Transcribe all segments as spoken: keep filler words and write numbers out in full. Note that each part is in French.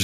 Rouge.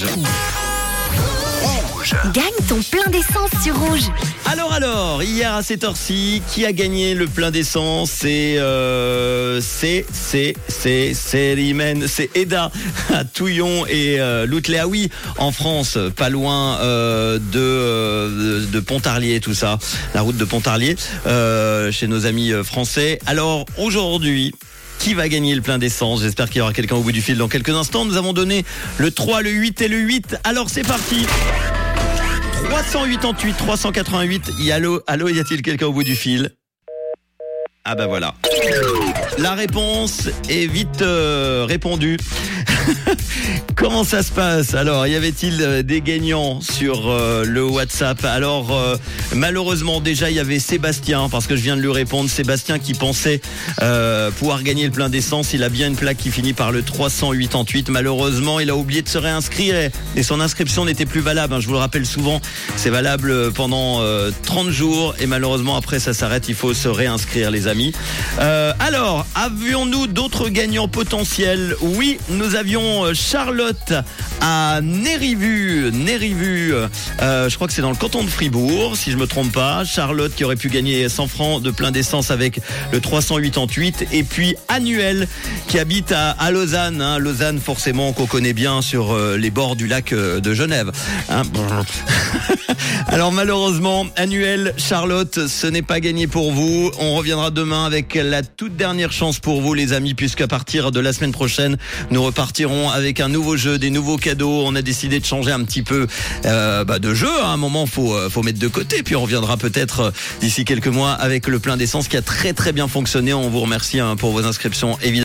Gagne ton plein d'essence sur Rouge. Alors alors, hier à cette heure-ci, qui a gagné le plein d'essence? C'est euh, c'est c'est c'est c'est Rimène, c'est Eda à Touillon et euh, Louteléaoui en France, pas loin euh, de, euh, de de Pontarlier, tout ça, la route de Pontarlier, euh, chez nos amis français. Alors aujourd'hui, qui va gagner le plein d'essence? J'espère qu'il y aura quelqu'un au bout du fil dans quelques instants. Nous avons donné le trois, le huit et le huit. Alors c'est parti. trois cent quatre-vingt-huit, trois cent quatre-vingt-huit. Y allô, allô, y a-t-il quelqu'un au bout du fil? Ah bah voilà. La réponse est vite euh, répondue. Comment ça se passe? Alors, y avait-il des gagnants sur euh, le WhatsApp? Alors, euh, malheureusement, déjà, il y avait Sébastien, parce que je viens de lui répondre. Sébastien qui pensait euh, pouvoir gagner le plein d'essence. Il a bien une plaque qui finit par le trois cent quatre-vingt-huit. Malheureusement, il a oublié de se réinscrire et, et son inscription n'était plus valable. Hein, je vous le rappelle souvent, c'est valable pendant euh, trente jours et malheureusement, après, ça s'arrête. Il faut se réinscrire, les amis. Euh, alors, avions-nous d'autres gagnants potentiels? Oui, nous avions Charlotte à Nérivu, Nérivu, euh, je crois que c'est dans le canton de Fribourg, si je me trompe pas. Charlotte qui aurait pu gagner cent francs de plein d'essence avec le trois cent quatre-vingt-huit. Et puis Annuel qui habite à, à Lausanne, hein. Lausanne forcément qu'on connaît bien sur euh, les bords du lac euh, de Genève. Hein. Alors malheureusement, Annuel, Charlotte, ce n'est pas gagné pour vous. On reviendra demain avec la toute dernière chance pour vous, les amis, puisqu'à partir de la semaine prochaine, nous repartirons avec un nouveau jeu, des nouveaux cadeaux. On a décidé de changer un petit peu euh, bah, de jeu. À un moment, faut faut mettre de côté. Puis on reviendra peut-être d'ici quelques mois avec le plein d'essence qui a très très bien fonctionné. On vous remercie hein, pour vos inscriptions, évidemment.